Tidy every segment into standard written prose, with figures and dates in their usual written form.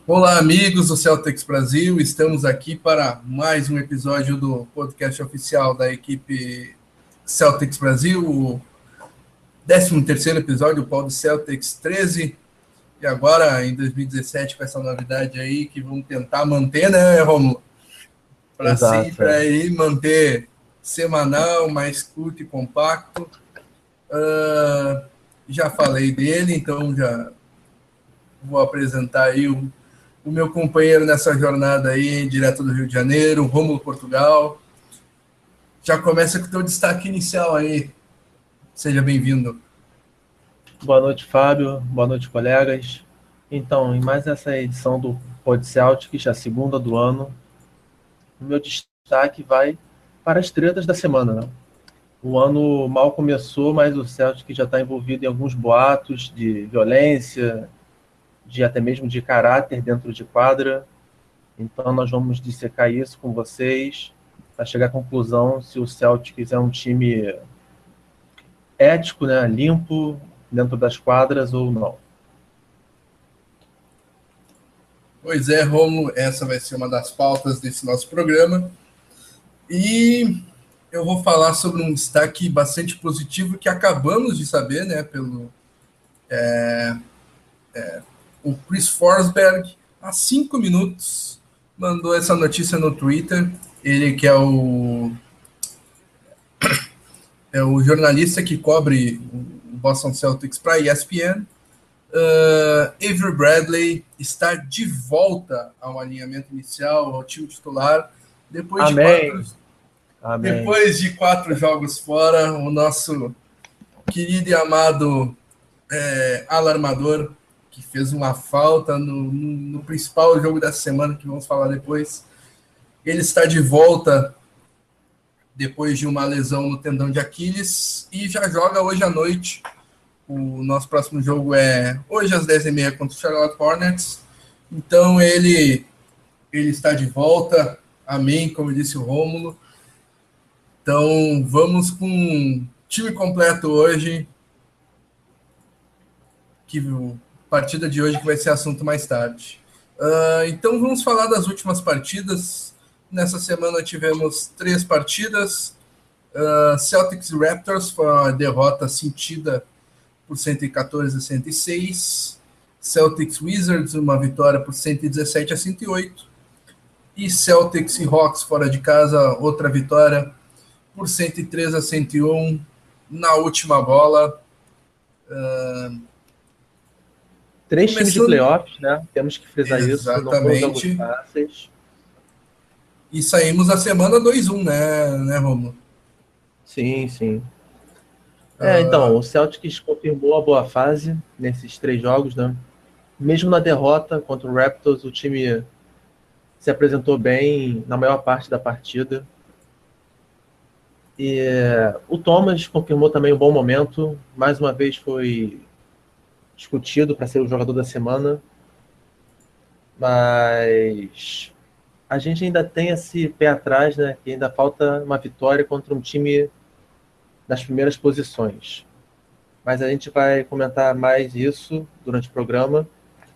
Olá, amigos do Celtics Brasil. Estamos aqui para mais um episódio do podcast oficial da equipe Celtics Brasil, o 13º episódio, o Pod Celtics 13. E agora, em 2017, com essa novidade aí, que vamos tentar manter, né, Romulo? Para sempre aí manter semanal, mais curto e compacto. Já falei dele, então já vou apresentar aí o meu companheiro nessa jornada aí, direto do Rio de Janeiro, Rômulo Portugal. Já começa com o teu destaque inicial aí. Seja bem-vindo. Boa noite, Fábio. Boa noite, colegas. Então, em mais essa edição do Pod Celtics, a segunda do ano, o meu destaque vai para as tretas da semana, né? O ano mal começou, mas o Celtic já está envolvido em alguns boatos de violência, de até mesmo de caráter dentro de quadra. Então nós vamos dissecar isso com vocês para chegar à conclusão se o Celtics é um time ético, né, limpo dentro das quadras ou não. Pois é, Rômulo, essa vai ser uma das pautas desse nosso programa. E eu vou falar sobre um destaque bastante positivo que acabamos de saber, né, pelo o Chris Forsberg, há 5 minutos, mandou essa notícia no Twitter. Ele que é o jornalista que cobre o Boston Celtics para a ESPN. Avery Bradley está de volta ao alinhamento inicial, ao time titular, depois de quatro jogos fora. O nosso querido e amado alarmador, que fez uma falta no principal jogo dessa semana, que vamos falar depois. Ele está de volta depois de uma lesão no tendão de Aquiles e já joga hoje à noite. O nosso próximo jogo é hoje às 10h30 contra o Charlotte Hornets. Então ele está de volta. Amém, como disse o Rômulo. Então vamos com um time completo hoje. Que a partida de hoje que vai ser assunto mais tarde. Então vamos falar das últimas partidas. Nessa semana tivemos 3 partidas. Celtics e Raptors foi uma derrota sentida por 114-106. Celtics Wizards, uma vitória por 117-108. E Celtics e Hawks fora de casa, outra vitória por 103-101 na última bola. 3 times de playoffs, né? Temos que frisar isso. Exatamente. Não foram jogos fáceis. E saímos a semana 2-1, né, Romulo? Sim. Então, o Celtics confirmou a boa fase nesses 3 jogos, né? Mesmo na derrota contra o Raptors, o time se apresentou bem na maior parte da partida. E o Thomas confirmou também um bom momento. Mais uma vez foi discutido para ser o jogador da semana. Mas a gente ainda tem esse pé atrás, né? Que ainda falta uma vitória contra um time das primeiras posições. Mas a gente vai comentar mais isso durante o programa.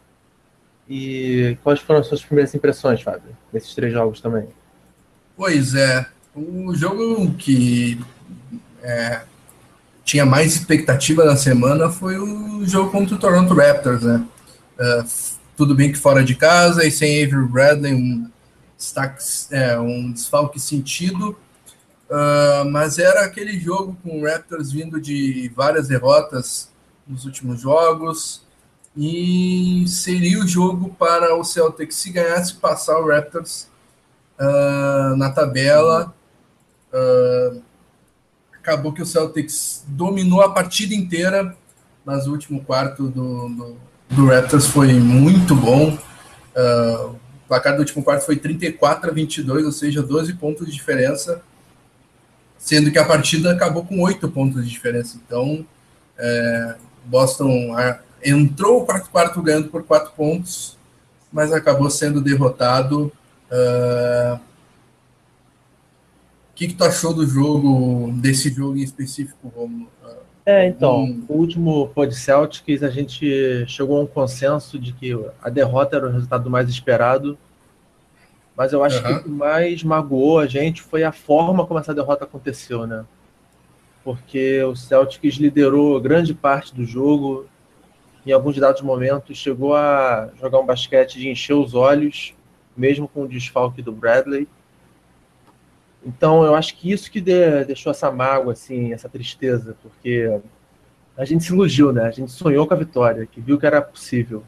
E quais foram as suas primeiras impressões, Fábio, nesses 3 jogos também? Pois é, o jogo que tinha mais expectativa na semana foi o jogo contra o Toronto Raptors, né? Tudo bem que fora de casa e sem Avery Bradley, um desfalque sentido, mas era aquele jogo com o Raptors vindo de várias derrotas nos últimos jogos e seria o jogo para o Celtics, se ganhasse, passar o Raptors na tabela. Acabou que o Celtics dominou a partida inteira, mas o último quarto do Raptors foi muito bom. O placar do último quarto foi 34-22, ou seja, 12 pontos de diferença, sendo que a partida acabou com 8 pontos de diferença. Então, Boston entrou o quarto ganhando por 4 pontos, mas acabou sendo derrotado. O que tu achou do jogo, desse jogo em específico, Romulo? Então, o último Pod Celtics, a gente chegou a um consenso de que a derrota era o resultado mais esperado, mas eu acho que o que mais magoou a gente foi a forma como essa derrota aconteceu, né? Porque o Celtics liderou grande parte do jogo, em alguns dados momentos chegou a jogar um basquete de encher os olhos, mesmo com o desfalque do Bradley. Então, eu acho que isso que deixou essa mágoa, assim, essa tristeza, porque a gente se iludiu, né? A gente sonhou com a vitória, que viu que era possível.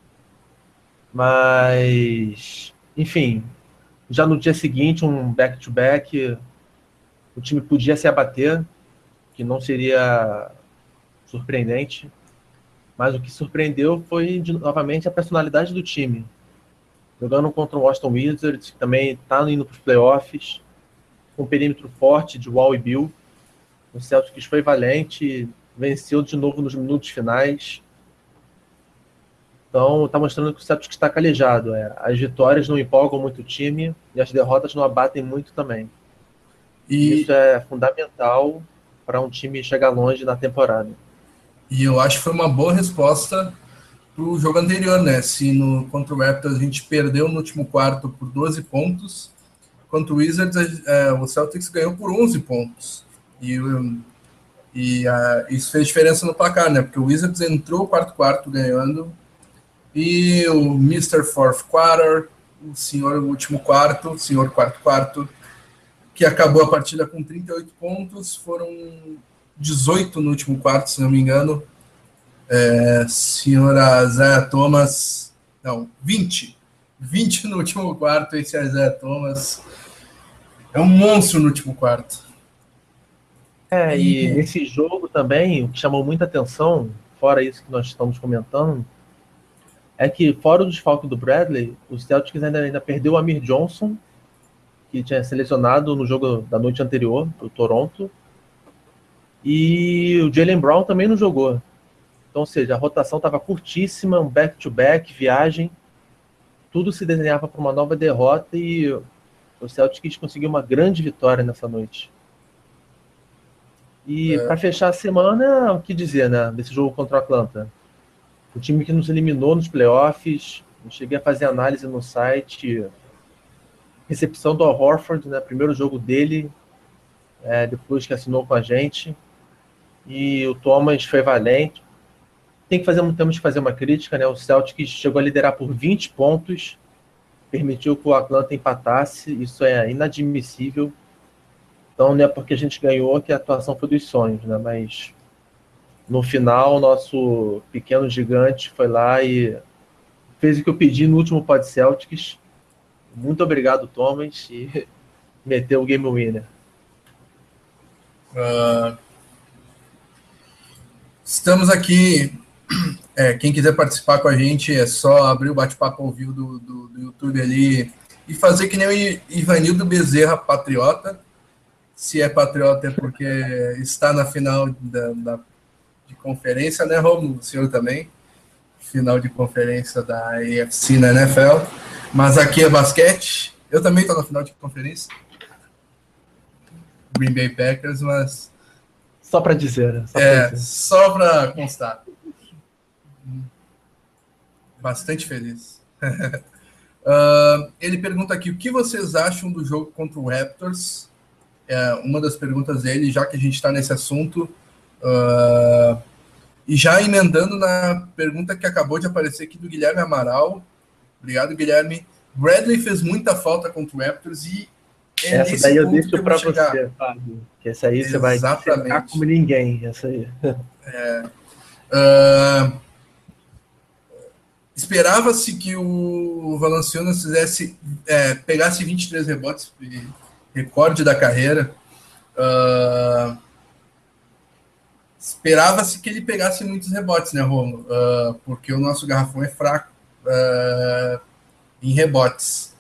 Mas, enfim, já no dia seguinte, um back-to-back, o time podia se abater, que não seria surpreendente. Mas o que surpreendeu foi, novamente, a personalidade do time. Jogando contra o Washington Wizards, que também está indo para os playoffs, com um perímetro forte de Wall e Bill. O Celtics foi valente, venceu de novo nos minutos finais. Então, está mostrando que o Celtics está calejado. As vitórias não empolgam muito o time e as derrotas não abatem muito também. E isso é fundamental para um time chegar longe na temporada. E eu acho que foi uma boa resposta para o jogo anterior, né? Se contra o Raptors a gente perdeu no último quarto por 12 pontos, contra o Wizards o Celtics ganhou por 11 pontos. Isso fez diferença no placar, né? Porque o Wizards entrou o quarto ganhando e o Mr. Fourth Quarter, o senhor último quarto, o senhor quarto, que acabou a partida com 38 pontos, foram 18 no último quarto, se não me engano. Senhora Isaiah Thomas, não, 20 no último quarto, esse Isaiah Thomas é um monstro no último quarto. E nesse jogo também, o que chamou muita atenção, fora isso que nós estamos comentando, é que fora o desfalque do Bradley, o Celtics ainda perdeu o Amir Johnson, que tinha selecionado no jogo da noite anterior, o Toronto, e o Jaylen Brown também não jogou. Então, ou seja, a rotação estava curtíssima, um back-to-back, viagem, tudo se desenhava para uma nova derrota e o Celtics conseguiu uma grande vitória nessa noite. E para fechar a semana, o que dizer, né, desse jogo contra o Atlanta? O time que nos eliminou nos playoffs, eu cheguei a fazer análise no site, recepção do Al Horford, né, primeiro jogo dele, depois que assinou com a gente, e o Thomas foi valente. Temos que fazer uma crítica, né? O Celtics chegou a liderar por 20 pontos, permitiu que o Atlanta empatasse, isso é inadmissível. Então não é porque a gente ganhou que a atuação foi dos sonhos, né? Mas no final, o nosso pequeno gigante foi lá e fez o que eu pedi no último Pod Celtics. Muito obrigado, Thomas, e meteu o game winner. Estamos aqui. Quem quiser participar com a gente é só abrir o bate-papo ao vivo do YouTube ali e fazer que nem o Ivanildo Bezerra, patriota. Se é patriota é porque está na final de conferência, né, Romulo? O senhor também. Final de conferência da AFC na NFL. Mas aqui é basquete. Eu também estou na final de conferência. Green Bay Packers, mas... Só para dizer, né? Só para constar. Bastante feliz. Ele pergunta aqui, o que vocês acham do jogo contra o Raptors? Uma das perguntas dele, já que a gente está nesse assunto. E já emendando na pergunta que acabou de aparecer aqui do Guilherme Amaral. Obrigado, Guilherme. Bradley fez muita falta contra o Raptors e essa daí eu deixo para você, Fábio. Que essa aí você vai ficar como ninguém. Essa aí. Esperava-se que o Valanciunas pegasse 23 rebotes, recorde da carreira. Esperava-se que ele pegasse muitos rebotes, né, Romulo? Porque o nosso garrafão é fraco em rebotes.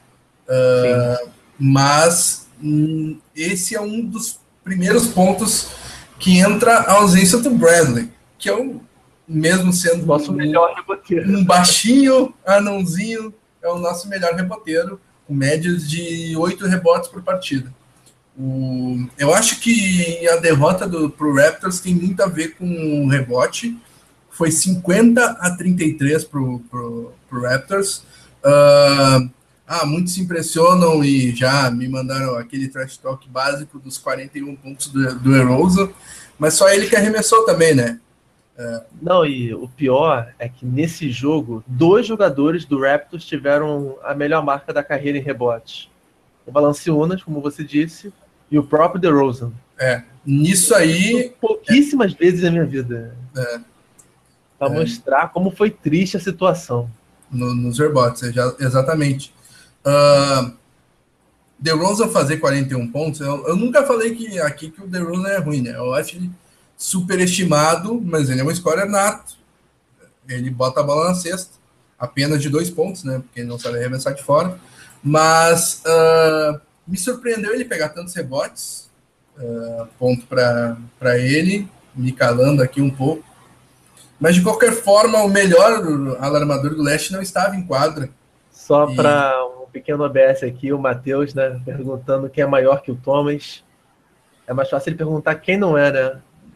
Mas esse é um dos primeiros pontos que entra a ausência do Bradley, que é mesmo sendo nosso melhor reboteiro. Um baixinho, anãozinho, é o nosso melhor reboteiro, com médias de 8 rebotes por partida. Eu acho que a derrota pro Raptors tem muito a ver com o rebote. Foi 50-33 pro Raptors. Muitos se impressionam e já me mandaram aquele trash talk básico dos 41 pontos do DeRozan, mas só ele que arremessou também, né? Não, e o pior é que nesse jogo, 2 jogadores do Raptors tiveram a melhor marca da carreira em rebote. O Valanciunas, como você disse, e o próprio DeRozan. Nisso aí... Pouquíssimas vezes na minha vida. Para mostrar como foi triste a situação. Nos rebotes, exatamente. DeRozan fazer 41 pontos, eu nunca falei aqui que o DeRozan é ruim, né? Eu acho ele superestimado, mas ele é um scorer nato. Ele bota a bola na cesta, apenas de 2 pontos, né? Porque ele não sabe arremessar de fora. Mas me surpreendeu ele pegar tantos rebotes. Ponto para ele, me calando aqui um pouco. Mas, de qualquer forma, o melhor alarmador do leste não estava em quadra. Só para um pequeno OBS aqui, o Matheus, né, perguntando quem é maior que o Thomas. É mais fácil ele perguntar quem não é, né?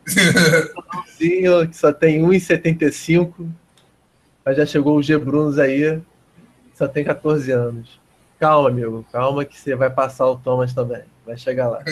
Que só tem 1,75, mas já chegou o G Brunos aí, só tem 14 anos. Calma, amigo, calma que você vai passar o Thomas também. Vai chegar lá.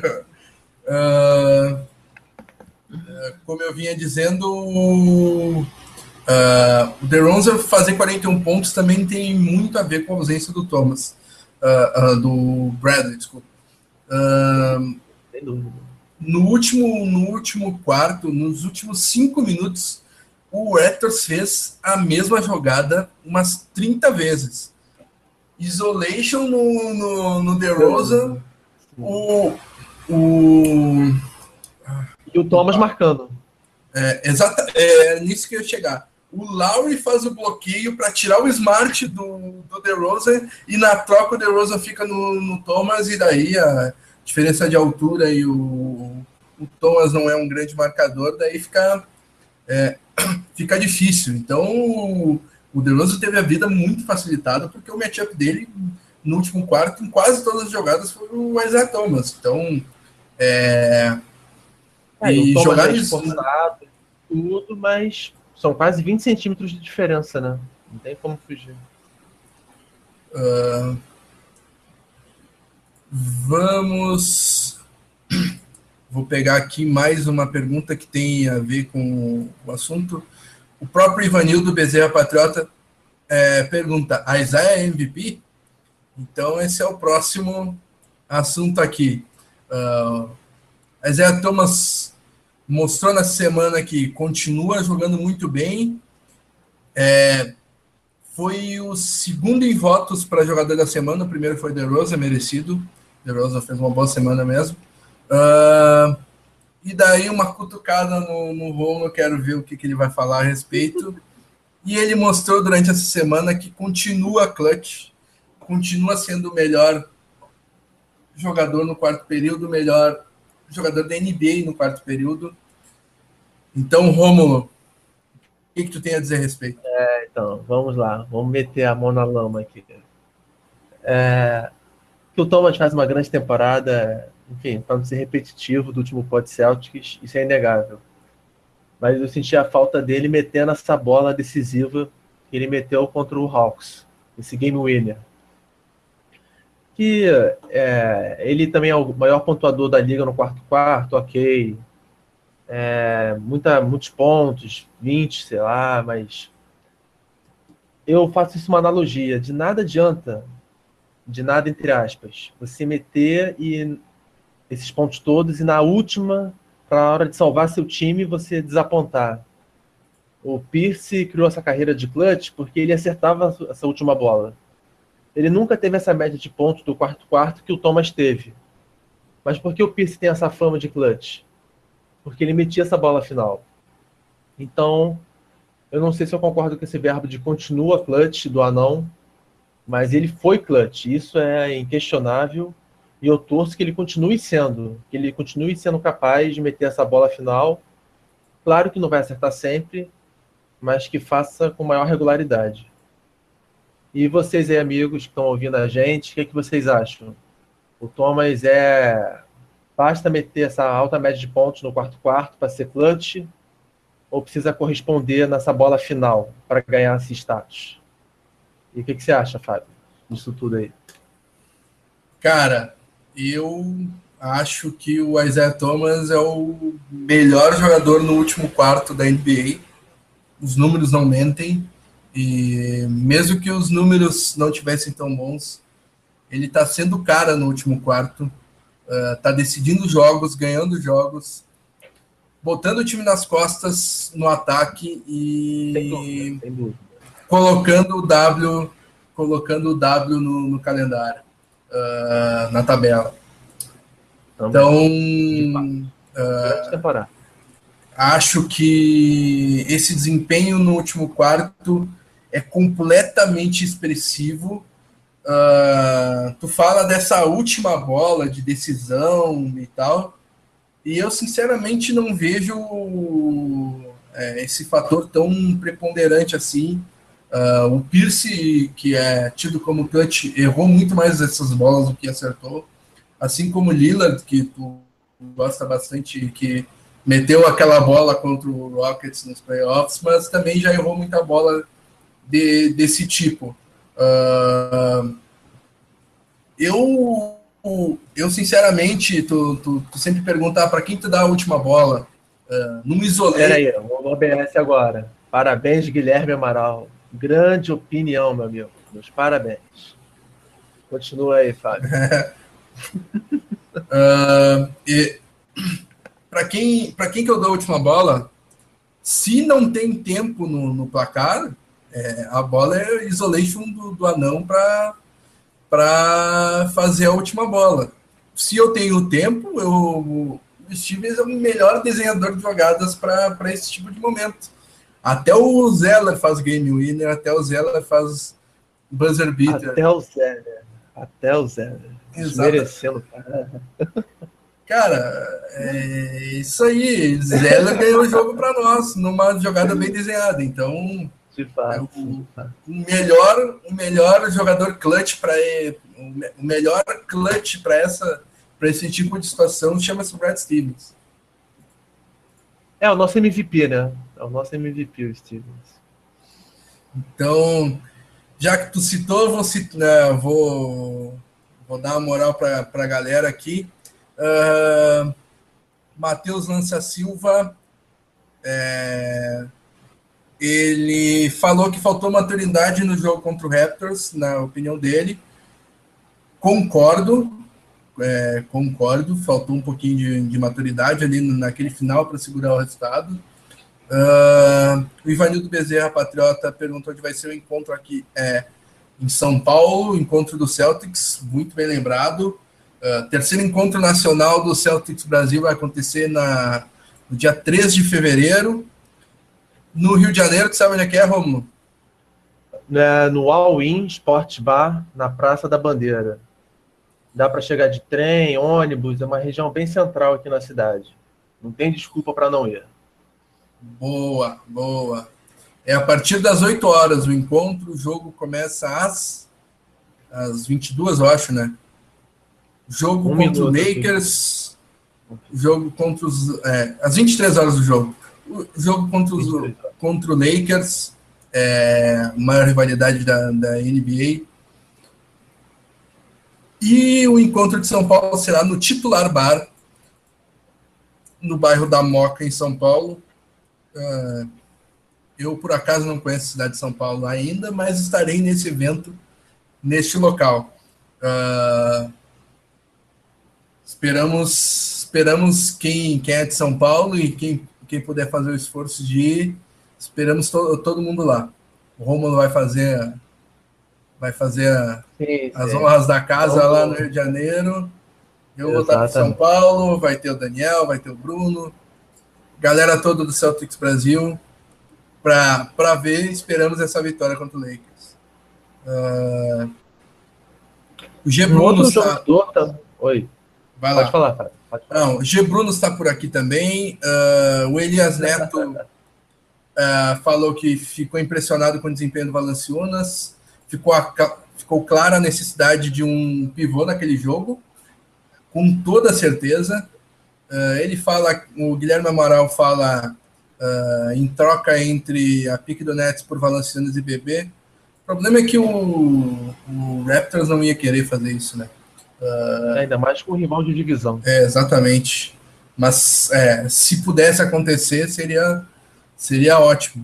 Como eu vinha dizendo, o DeRozan fazer 41 pontos também tem muito a ver com a ausência do Thomas, do Bradley, desculpa. Sem dúvida. No último quarto, nos últimos 5 minutos, o Raptors fez a mesma jogada umas 30 vezes. Isolation no DeRozan, e o Thomas marcando. É nisso que eu ia chegar. O Lowry faz o bloqueio para tirar o Smart do DeRozan e na troca o DeRozan fica no Thomas, e daí a diferença de altura e o Thomas não é um grande marcador, daí fica difícil. Então o DeRozan teve a vida muito facilitada porque o matchup dele no último quarto, em quase todas as jogadas, foi o Isaiah Thomas. Então e o Thomas jogar esforçado, tudo, mas são quase 20 centímetros de diferença, né? Não tem como fugir. Vou pegar aqui mais uma pergunta que tem a ver com o assunto. O próprio Ivanildo Bezerra Patriota pergunta: a Isaiah é MVP? Então esse é o próximo assunto aqui. Isaiah Thomas mostrou na semana que continua jogando muito bem. Foi o segundo em votos para jogador da semana. O primeiro foi DeRozan, merecido. DeRozan fez uma boa semana mesmo. E daí uma cutucada no Romo, quero ver o que ele vai falar a respeito. E ele mostrou durante essa semana que continua clutch, continua sendo o melhor jogador no quarto período, o melhor jogador da NBA no quarto período. Então, Rômulo, o que tu tem a dizer a respeito? Então, vamos lá. Vamos meter a mão na lama aqui. Que o Thomas faz uma grande temporada, enfim, para não ser repetitivo do último pod Celtics, isso é inegável. Mas eu senti a falta dele metendo essa bola decisiva que ele meteu contra o Hawks, esse game winner. Que ele também é o maior pontuador da liga no quarto, ok. Muitos pontos, 20, sei lá, mas eu faço isso uma analogia. De nada adianta, de nada entre aspas, você meter esses pontos todos e na última, para a hora de salvar seu time, você desapontar. O Pierce criou essa carreira de clutch porque ele acertava essa última bola. Ele nunca teve essa média de pontos do quarto que o Thomas teve. Mas por que o Pierce tem essa fama de clutch? Porque ele metia essa bola final. Então, eu não sei se eu concordo com esse verbo de continua clutch do anão, mas ele foi clutch. Isso é inquestionável. E eu torço que ele continue sendo capaz de meter essa bola final. Claro que não vai acertar sempre, mas que faça com maior regularidade. E vocês aí, amigos que estão ouvindo a gente, o que vocês acham? O Thomas basta meter essa alta média de pontos no quarto para ser clutch, ou precisa corresponder nessa bola final para ganhar esse status? E o que você acha, Fábio, disso tudo aí? Cara, eu acho que o Isaiah Thomas é o melhor jogador no último quarto da NBA. Os números não mentem. E mesmo que os números não tivessem tão bons, ele está sendo o cara no último quarto. Está decidindo jogos, ganhando jogos, botando o time nas costas no ataque e sem dúvida. colocando o W no calendário, na tabela. Então, grande temporada. Acho que esse desempenho no último quarto é completamente expressivo. Tu fala dessa última bola de decisão e tal, e eu sinceramente não vejo esse fator tão preponderante assim. O Pierce, que é tido como clutch, errou muito mais essas bolas do que acertou, assim como o Lillard, que tu gosta bastante, que meteu aquela bola contra o Rockets nos playoffs, mas também já errou muita bola desse tipo. Eu sinceramente, tu sempre perguntar para quem tu dá a última bola. Num isolei. Peraí, vou OBS agora. Parabéns, Guilherme Amaral. Grande opinião, meu amigo. Meus parabéns. Continua aí, Fábio. Para quem que eu dou a última bola, se não tem tempo no placar, a bola é isolation do anão para fazer a última bola. Se eu tenho tempo, o Stevens é o melhor desenhador de jogadas para esse tipo de momento. Até o Zeller faz game winner, até o Zeller faz buzzer beater. Até o Zeller. Desmerecendo, cara. Cara, é isso aí. Zeller ganhou o jogo para nós, numa jogada bem desenhada. Então, de fato, o melhor jogador clutch para o melhor clutch para esse tipo de situação chama-se Brad Stevens. É o nosso MVP, né? É o nosso MVP, o Stevens. Então, já que tu citou, vou dar uma moral para a galera aqui. Matheus Lança Silva, ele falou que faltou maturidade no jogo contra o Raptors, na opinião dele. Concordo, faltou um pouquinho de maturidade ali naquele final para segurar o resultado. O Ivanildo Bezerra, Patriota, perguntou onde vai ser o encontro aqui em São Paulo, encontro do Celtics, muito bem lembrado. Terceiro encontro nacional do Celtics Brasil vai acontecer no dia 3 de fevereiro, no Rio de Janeiro. Tu sabe onde é, Rômulo? No All-In Sports Bar, na Praça da Bandeira. Dá para chegar de trem, ônibus, é uma região bem central aqui na cidade. Não tem desculpa para não ir. Boa. É a partir das 8 horas o encontro, o jogo começa às 22, eu acho, né? Jogo contra o Lakers, jogo contra às 23 horas do jogo. O jogo contra o Lakers, maior rivalidade da NBA. E o encontro de São Paulo será no Titular Bar, no bairro da Moca, em São Paulo. Eu, por acaso, não conheço a cidade de São Paulo ainda, mas estarei nesse evento, neste local. Esperamos quem é de São Paulo e quem puder fazer o esforço de ir, esperamos todo mundo lá. O Rômulo vai fazer as honras da casa lá no Rio de Janeiro. Eu vou estar em São Paulo, vai ter o Daniel, vai ter o Bruno, galera toda do Celtics Brasil, para ver, esperamos essa vitória contra o Lakers. O G. Bruno está... Oi. Vai lá. Pode falar, cara. Não, o G. Bruno está por aqui também. O Elias Neto falou que ficou impressionado com o desempenho do Valanciunas. Ficou clara a necessidade de um pivô naquele jogo. com toda certeza. Ele fala, o Guilherme Amaral fala em troca entre a pique do Nets por Valanciunas e BB. O problema é que o Raptors não ia querer fazer isso, né? Ainda mais com o rival de divisão. Exatamente. Mas se pudesse acontecer, seria ótimo.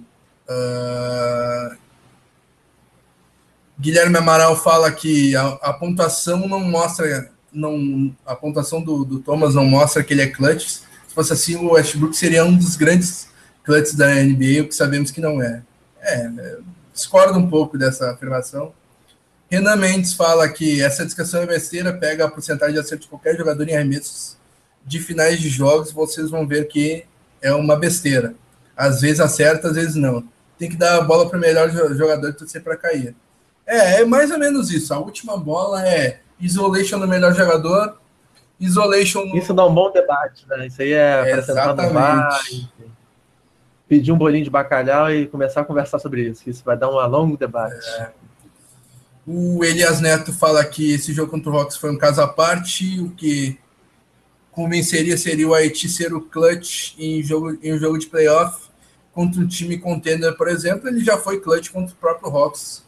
Guilherme Amaral fala que a pontuação não mostra, a pontuação do Thomas não mostra que ele é clutch. Se fosse assim, o Westbrook seria um dos grandes clutches da NBA, o que sabemos que não é. Discordo um pouco dessa afirmação. Renan Mendes fala que essa discussão é besteira, pega a porcentagem de acerto de qualquer jogador em arremessos de finais de jogos, vocês vão ver que é uma besteira. Às vezes acerta, às vezes não. Tem que dar a bola para o melhor jogador e torcer para cair. É mais ou menos isso. A última bola é isolation do melhor jogador, isolation... Isso dá um bom debate, né? Isso aí é para sentar no bar, pedir um bolinho de bacalhau e começar a conversar sobre isso. Isso vai dar um longo debate. O Elias Neto fala que esse jogo contra o Hawks foi um caso à parte, o que convenceria seria o Haiti ser o clutch em um jogo de playoff contra um time contender, por exemplo. Ele já foi clutch contra o próprio Hawks,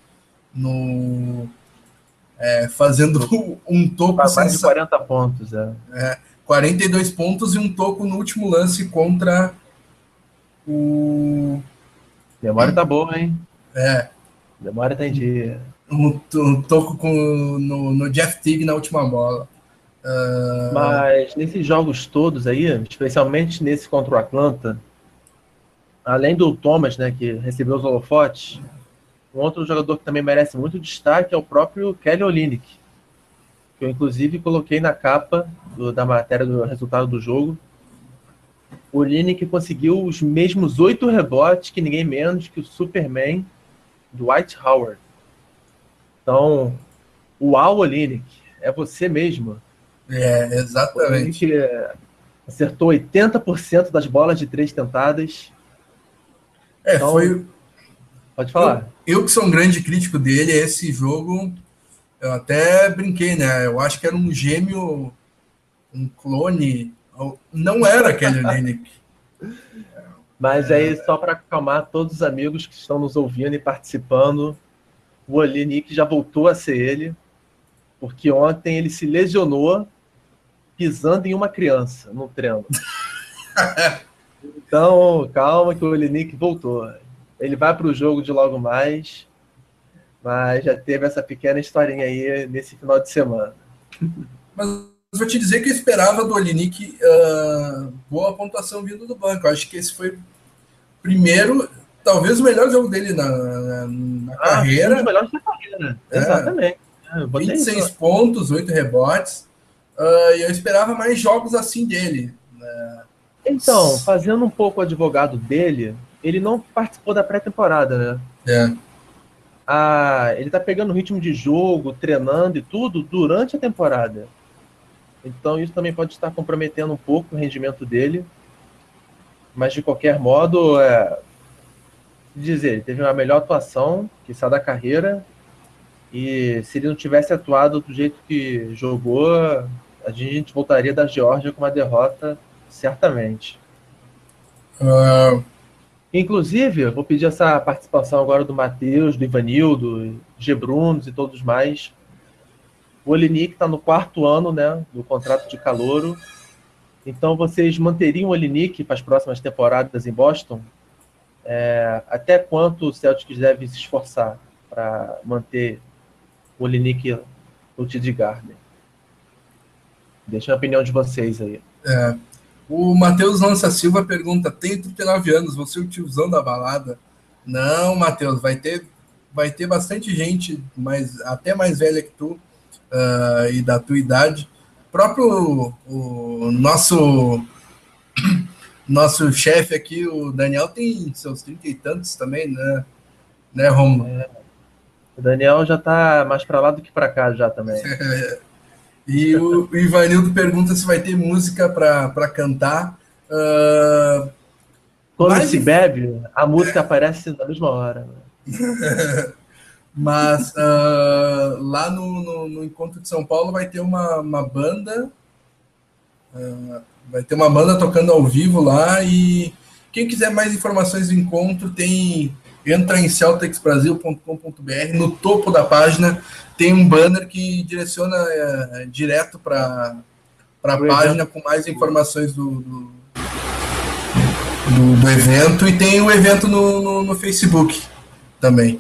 fazendo um toco... Mais de 40 pontos. 42 pontos e um toco no último lance contra o... Memória tá boa, hein? Memória tá em dia. Um toco no Jeff Teague na última bola. Mas nesses jogos todos aí, especialmente nesse contra o Atlanta, além do Thomas, né, que recebeu os holofotes, um outro jogador que também merece muito destaque é o próprio Kelly Olynyk, que eu inclusive coloquei na capa da matéria do resultado do jogo. O Olynyk conseguiu os mesmos 8 rebotes que ninguém menos que o Superman Dwight Howard. Então, uau, Olynyk, é você mesmo. Exatamente. O Olynyk acertou 80% das bolas de 3 tentadas. Então, pode falar. Eu que sou um grande crítico dele, esse jogo, eu até brinquei, né? Eu acho que era um gêmeo, um clone. Não era aquele Olynyk. Mas aí, só para acalmar todos os amigos que estão nos ouvindo e participando, o Olynyk já voltou a ser ele, porque ontem ele se lesionou pisando em uma criança no treino. Então, calma que o Olynyk voltou. Ele vai para o jogo de logo mais, mas já teve essa pequena historinha aí nesse final de semana. Mas vou te dizer que eu esperava do Olynyk boa pontuação vindo do banco. Eu acho que esse foi primeiro, talvez o melhor jogo dele na carreira. Um dos melhores da carreira, exatamente. 26 pontos, 8 rebotes. E eu esperava mais jogos assim dele. Então, fazendo um pouco o advogado dele, ele não participou da pré-temporada, né? Ele tá pegando ritmo de jogo, treinando e tudo durante a temporada. Então isso também pode estar comprometendo um pouco o rendimento dele. Mas de qualquer modo, ele teve uma melhor atuação que saiu da carreira. E se ele não tivesse atuado do jeito que jogou, a gente voltaria da Geórgia com uma derrota, certamente. Inclusive, eu vou pedir essa participação agora do Matheus, do Ivanildo, Gebrunos e todos mais. O Olynyk está no 4º ano, né, do contrato de calouro. Então, vocês manteriam o Olynyk para as próximas temporadas em Boston? Até quanto o Celtics deve se esforçar para manter o Olynyk no TD Garden? Deixa a opinião de vocês aí. O Matheus Lança Silva pergunta: tem 39 anos, você é o tiozão da balada? Não, Matheus, vai ter bastante gente, até mais velha que tu, e da tua idade. O nosso chefe aqui, o Daniel, tem seus 30 e tantos também, né, Romulo? O Daniel já tá mais para lá do que para cá já também. E o Ivanildo pergunta se vai ter música para cantar. Quando se bebe, a música aparece na mesma hora. Mas lá no Encontro de São Paulo vai ter uma banda Vai ter uma banda tocando ao vivo lá e quem quiser mais informações do encontro entra em celticsbrasil.com.br, no topo da página tem um banner que direciona direto para a página com mais informações do evento, e tem o evento no Facebook também.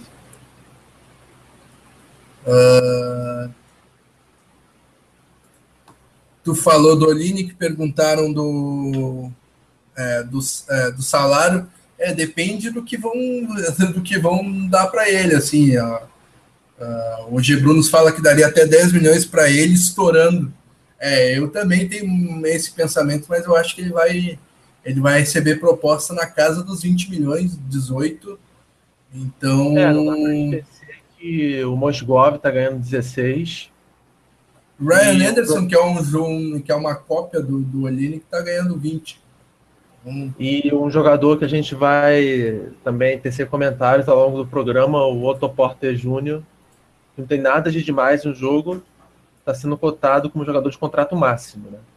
Tu falou do Oline, que perguntaram do salário. Depende do que vão dar para ele. Assim, o G. Brunos fala que daria até 10 milhões para ele, estourando. Eu também tenho esse pensamento, mas eu acho que ele vai receber proposta na casa dos 20 milhões, 18. Então. Não dá para esquecer que o Mozgov está ganhando 16. Ryan Anderson, que é uma cópia do Oline, que está ganhando 20. E um jogador que a gente vai também tecer comentários ao longo do programa, o Otto Porter Jr., que não tem nada de demais no jogo, está sendo cotado como jogador de contrato máximo, né?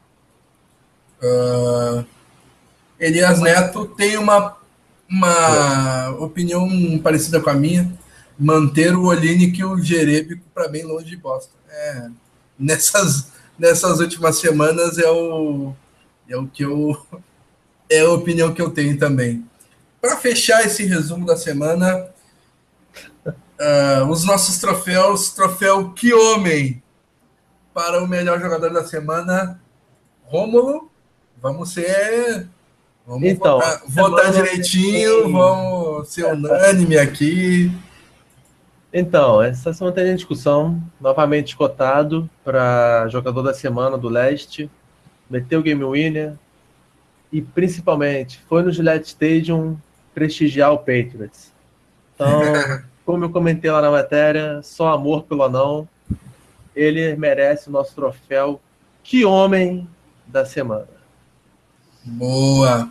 Elias Neto tem uma opinião parecida com a minha, manter o Olynyk e o Jerebico para bem longe de Boston. Nessas últimas semanas é a opinião que eu tenho também. Para fechar esse resumo da semana, os nossos troféu Que Homem para o melhor jogador da semana, Rômulo. Vamos votar direitinho, vamos ser unânime aqui. Então, essa semana tem a discussão, novamente cotado para jogador da semana do leste, meteu o game winner e principalmente foi no Gillette Stadium prestigiar o Patriots. Então, como eu comentei lá na matéria, só amor pelo anão, ele merece o nosso troféu Que Homem da semana. Boa!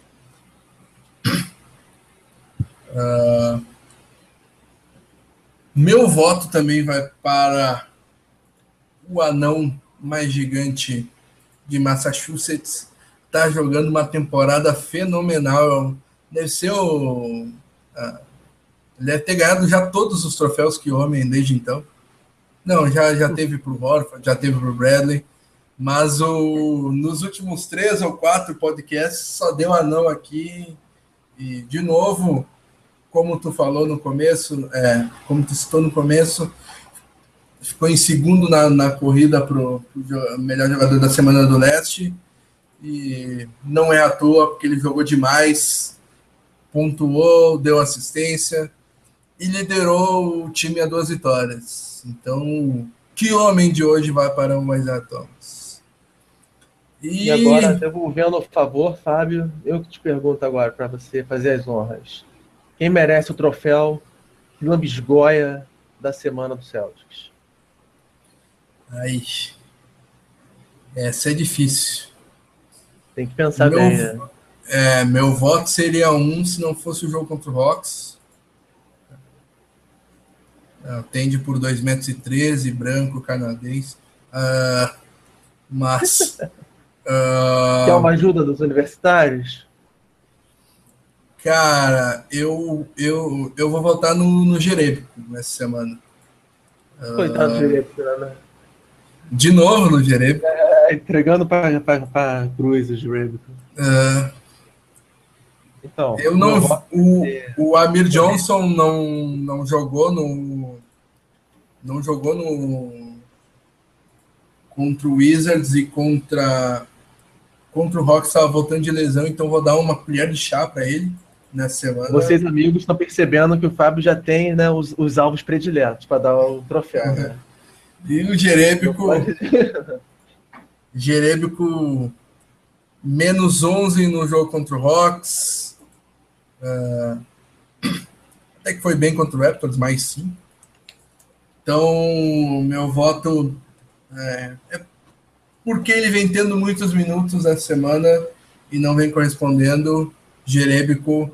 Meu voto também vai para o anão mais gigante de Massachusetts. Está jogando uma temporada fenomenal. Deve ser ele deve ter ganhado já todos os troféus Que Homem desde então. Não, já teve para o Horford, já teve para o Bradley, mas nos últimos 3 ou 4 podcasts só deu anão aqui. E, de novo, como tu falou no começo, como tu citou no começo, ficou em segundo na corrida para o melhor jogador da semana do leste, e não é à toa, porque ele jogou demais, pontuou, deu assistência e liderou o time a 2 vitórias. Então, Que Homem de hoje vai para o Isaiah Thomas. E agora, devolvendo o favor, Fábio, eu que te pergunto agora para você fazer as honras. Quem merece o troféu Lambisgoia da semana do Celtics? Essa é difícil. Tem que pensar bem, né? Meu voto seria 1 se não fosse o jogo contra o Hawks. Tende por 2,13 m, branco, canadense. Mas... Quer uma ajuda dos universitários? Cara, eu vou votar no Jerebico nessa semana. Coitado do Jerebico, né? De novo no Jerebico. Entregando para Cruz o Jerebico. Então, o Amir Johnson não jogou contra o Wizards e contra o Hawks, estava voltando de lesão, então vou dar uma colher de chá para ele nessa semana. Vocês, amigos, estão percebendo que o Fábio já tem, né, os alvos prediletos para dar o troféu. Né? E o Jerebico -11 no jogo contra o Hawks. Até que foi bem contra o Raptors, mais 5. Então, meu voto é porque ele vem tendo muitos minutos essa semana e não vem correspondendo. Jerebico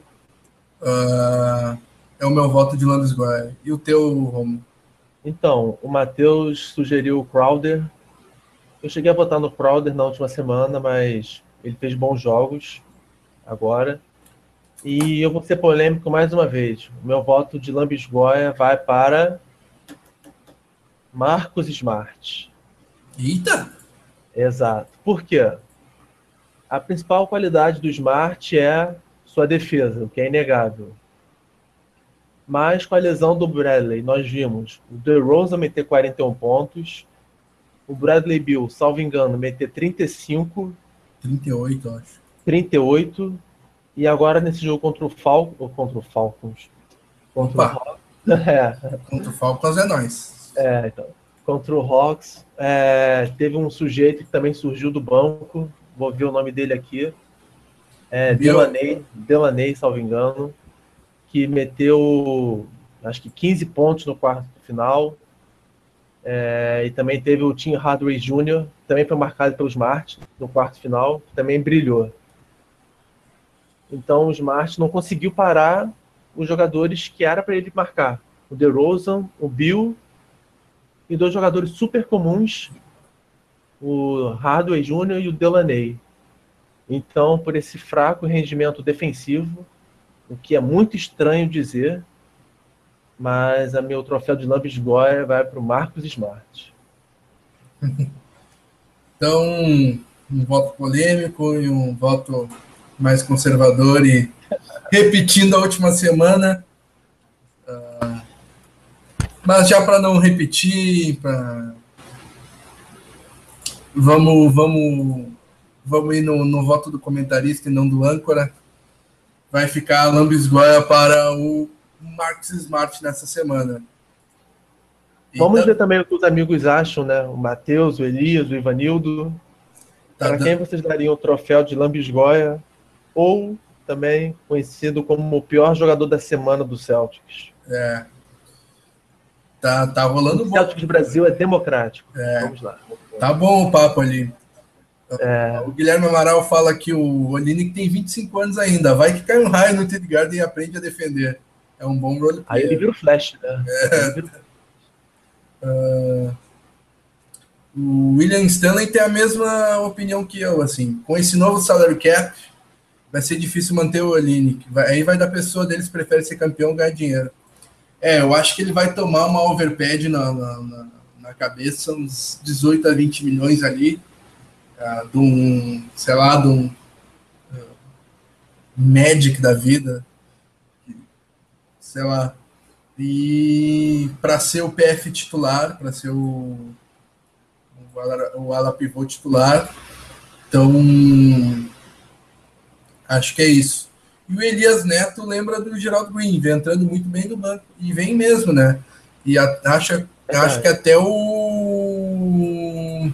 é o meu voto de Landesgoia. E o teu, Romulo? Então, o Matheus sugeriu o Crowder, Eu cheguei a votar no Crowder na última semana, mas ele fez bons jogos agora. E eu vou ser polêmico mais uma vez. O meu voto de lambisgoia vai para Marcus Smart. Eita! Exato. Por quê? A principal qualidade do Smart é sua defesa, o que é inegável. Mas com a lesão do Bradley, nós vimos o DeRozan meter 41 pontos, o Bradley Beal, salvo engano, meter 35, 38, eu acho. 38, e agora nesse jogo contra o Falcons, contra o Opa! Hawks, Contra o Falcons é nóis. então, contra o Hawks, teve um sujeito que também surgiu do banco, vou ver o nome dele aqui, Delaney, salvo engano, que meteu, acho que 15 pontos no quarto final. E também teve o Tim Hardaway Jr., também foi marcado pelo Smart no quarto final, também brilhou. Então o Smart não conseguiu parar os jogadores que era para ele marcar. O DeRozan, o Bill e dois jogadores super comuns, o Hardaway Jr. e o Delaney. Então, por esse fraco rendimento defensivo, o que é muito estranho dizer, mas a meu troféu de lambisgoia vai para o Marcus Smart. Então, um voto polêmico e um voto mais conservador e repetindo a última semana. Mas já para não repetir, vamos ir no voto do comentarista e não do âncora. Vai ficar a lambisgoia para o Marcus Smart nessa semana. Vamos ver também o que os amigos acham, né? O Matheus, o Elias, o Ivanildo. Para quem vocês dariam o troféu de lambisgoia ou também conhecido como o pior jogador da semana do Celtics? Tá rolando bom. O Celtics Brasil é democrático. Vamos lá. Tá bom o papo ali. O Guilherme Amaral fala que o Olynyk tem 25 anos ainda. Vai que cai um raio no TD Garden e aprende a defender. É um bom roleplayer. Aí ele vira o Flash, né? O William Stanley tem a mesma opinião que eu. Assim, com esse novo salary cap, vai ser difícil manter o Olynyk. Aí vai da pessoa deles prefere ser campeão ou ganhar dinheiro. Eu acho que ele vai tomar uma overpad na cabeça, uns 18 a 20 milhões ali, de um Magic da vida, sei lá, e para ser o PF titular, para ser o ala pivô titular. Então, acho que é isso. E o Elias Neto lembra do Gerald Green, vem entrando muito bem do banco. E vem mesmo, né? E acho que até o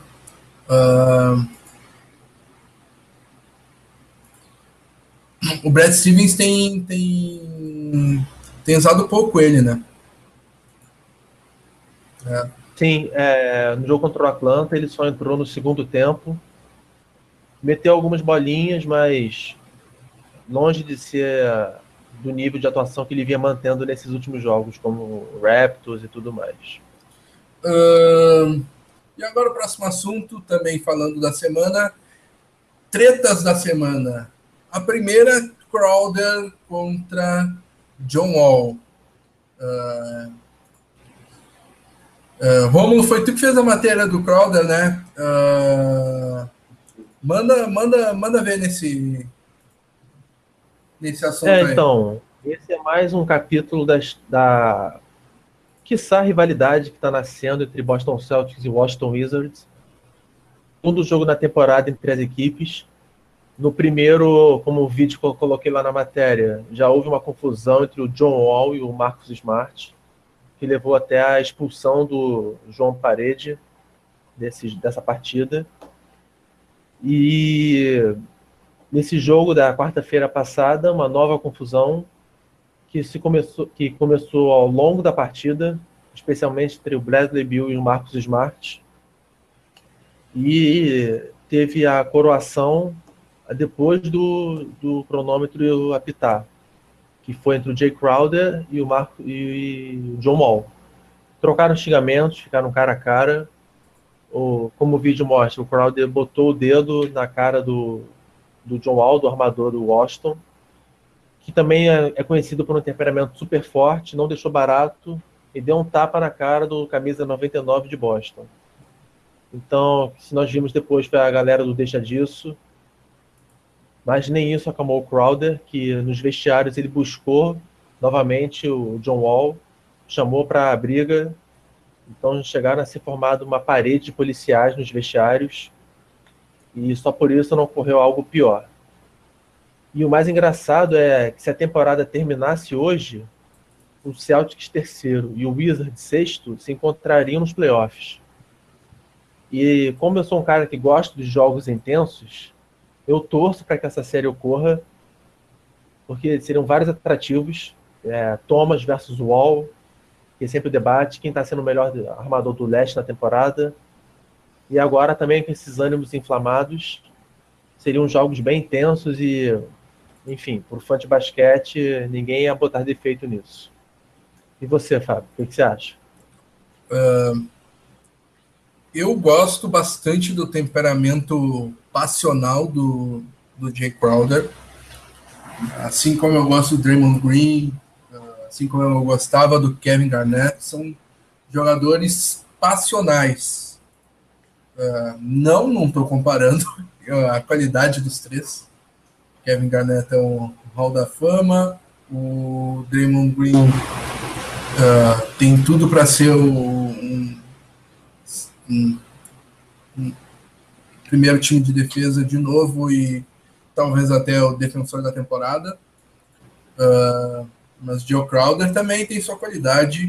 Brad Stevens tem usado pouco ele, né? Sim, no jogo contra o Atlanta, ele só entrou no segundo tempo. Meteu algumas bolinhas, mas longe de ser do nível de atuação que ele vinha mantendo nesses últimos jogos, como Raptors e tudo mais. E agora o próximo assunto, também falando da semana, tretas da semana. A primeira, Crowder contra John Wall. Rômulo, foi tu que fez a matéria do Crowder, né? Manda ver nesse assunto aí. Então, esse é mais um capítulo da quiçá rivalidade que está nascendo entre Boston Celtics e Washington Wizards. Segundo jogo na temporada entre as equipes. No primeiro, como o vídeo que eu coloquei lá na matéria, já houve uma confusão entre o John Wall e o Marcus Smart, que levou até a expulsão do João Parede dessa partida. E nesse jogo da quarta-feira passada, uma nova confusão que começou ao longo da partida, especialmente entre o Bradley Beal e o Marcus Smart, e teve a coroação depois do cronômetro apitar, que foi entre o Jay Crowder e o John Wall. Trocaram xingamentos, ficaram cara a cara. como o vídeo mostra, o Crowder botou o dedo na cara do John Wall, do armador do Washington, que também é conhecido por um temperamento super forte, não deixou barato e deu um tapa na cara do camisa 99 de Boston. Então, se nós vimos depois foi a galera do Deixa Disso, mas nem isso acalmou o Crowder, que nos vestiários ele buscou novamente o John Wall, chamou para a briga. Então chegaram a ser formada uma parede de policiais nos vestiários e só por isso não ocorreu algo pior. E o mais engraçado é que se a temporada terminasse hoje, o Celtics terceiro e o Wizards sexto se encontrariam nos playoffs. E como eu sou um cara que gosta de jogos intensos, eu torço para que essa série ocorra, porque seriam vários atrativos. Thomas versus Wall, que é sempre o debate, quem está sendo o melhor armador do leste na temporada. E agora também com esses ânimos inflamados, seriam jogos bem intensos e, enfim, por fã de basquete, ninguém ia botar defeito nisso. E você, Fábio, o que você acha? Eu gosto bastante do temperamento passional do Jay Crowder, assim como eu gosto do Draymond Green, assim como eu gostava do Kevin Garnett. São jogadores passionais. Não estou comparando a qualidade dos três. Kevin Garnett é um Hall da Fama, o Draymond Green tem tudo para ser um primeiro time de defesa de novo e talvez até o defensor da temporada. Mas Joe Crowder também tem sua qualidade.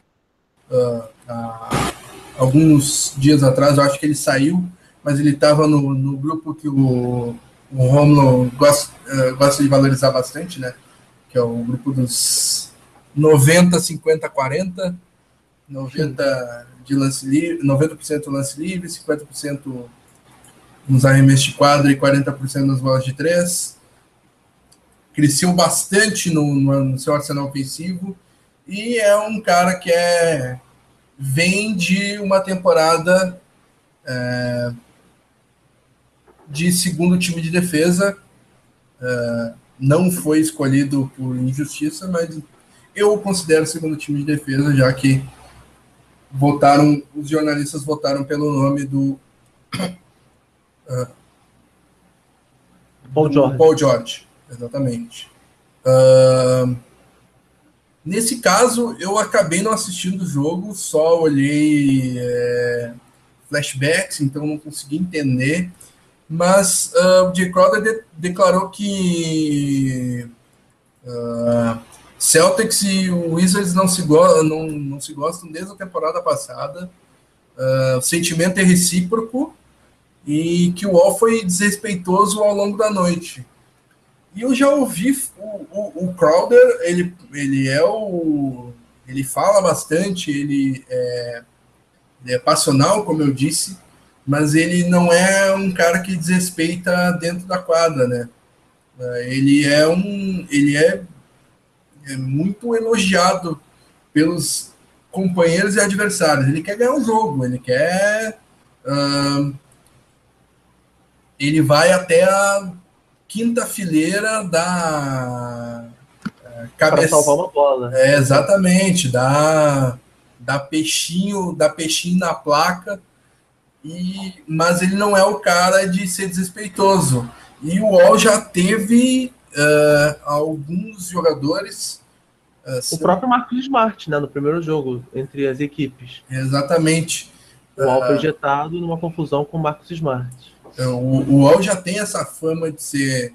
Alguns dias atrás, eu acho que ele saiu, mas ele estava no grupo que o Romulo gosta de valorizar bastante, né? Que é o grupo dos 90, 50, 40, 90% de lance livre, 90% lance livre, 50% nos arremessos de quadra e 40% nas bolas de três. Cresceu bastante no seu arsenal ofensivo e é um cara que vem de uma temporada de segundo time de defesa. Não foi escolhido por injustiça, mas eu o considero segundo time de defesa, já que os jornalistas votaram pelo nome do Paul George. Exatamente. Nesse caso, eu acabei não assistindo o jogo, só olhei flashbacks, então não consegui entender. Mas o Jay Crowder declarou que Celtics e o Wizards não se gostam desde a temporada passada. O sentimento é recíproco e que o Wall foi desrespeitoso ao longo da noite. E eu já ouvi o Crowder, ele fala bastante, ele é passional, como eu disse, mas ele não é um cara que desrespeita dentro da quadra, né? Ele é muito elogiado pelos companheiros e adversários. Ele quer ganhar o jogo, ele vai até a quinta fileira da cabeça. Para salvar uma bola. Exatamente, dá peixinho na placa, mas ele não é o cara de ser desrespeitoso. E o Wall já teve alguns jogadores. O próprio Marcus Smart, né, no primeiro jogo, entre as equipes. Exatamente. O Wall foi injetado numa confusão com o Marcus Smart. O Wall já tem essa fama de ser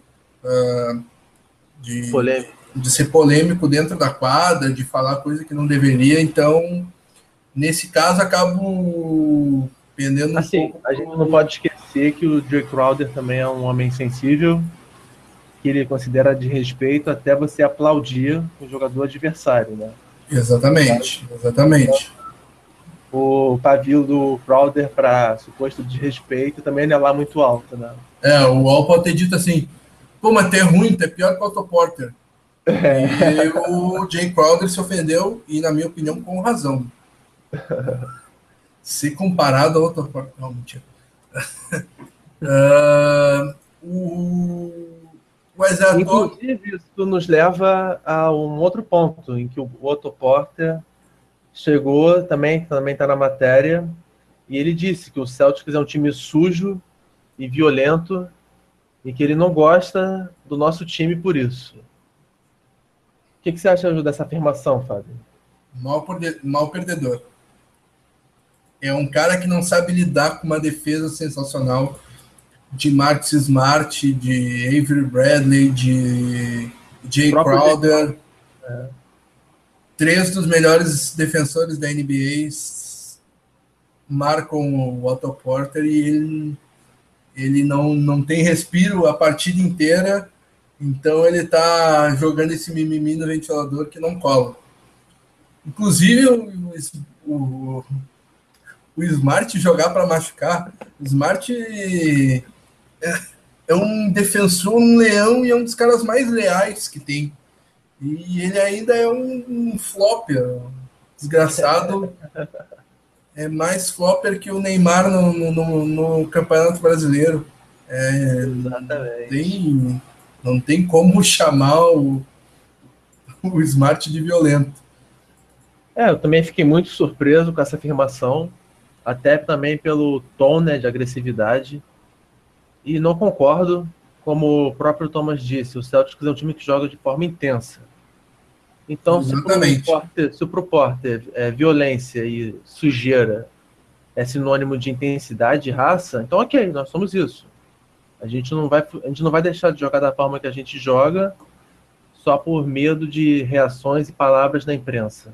de ser polêmico dentro da quadra, de falar coisa que não deveria. Então, nesse caso, acabo pendendo um pouco. A gente não pode esquecer que o Jay Crowder também é um homem sensível, que ele considera de respeito até você aplaudir o jogador adversário, né? Exatamente. O pavio do Crowder para suposto desrespeito também não é lá muito alto, né? O Wall pode ter dito assim, pô, mas tu é ruim, tu é pior que o Otto Porter. E o Jay Crowder se ofendeu, e na minha opinião, com razão. ser comparado a outro Porter. Não, mentira. Uh, o Isaiah Thomas... Inclusive, isso nos leva a um outro ponto, em que o Otto Porter chegou, também está na matéria, e ele disse que o Celtics é um time sujo e violento, e que ele não gosta do nosso time por isso. O que você acha dessa afirmação, Fábio? Mal perdedor. É um cara que não sabe lidar com uma defesa sensacional de Marcus Smart, de Avery Bradley, de Jay Crowder. Três dos melhores defensores da NBA marcam o Otto Porter e ele não tem respiro a partida inteira, então ele tá jogando esse mimimi no ventilador que não cola. Inclusive o Smart jogar para machucar. O Smart é um defensor, um leão e é um dos caras mais leais que tem. E ele ainda é um flopper, desgraçado. É mais flopper que o Neymar no Campeonato Brasileiro. Exatamente. Não tem como chamar o Smart de violento. Eu também fiquei muito surpreso com essa afirmação, até também pelo tom, né, de agressividade. E não concordo, como o próprio Thomas disse, o Celtics é um time que joga de forma intensa. Então, se pro Porter violência e sujeira é sinônimo de intensidade e raça, então ok, nós somos isso. A gente não vai deixar de jogar da forma que a gente joga só por medo de reações e palavras da imprensa.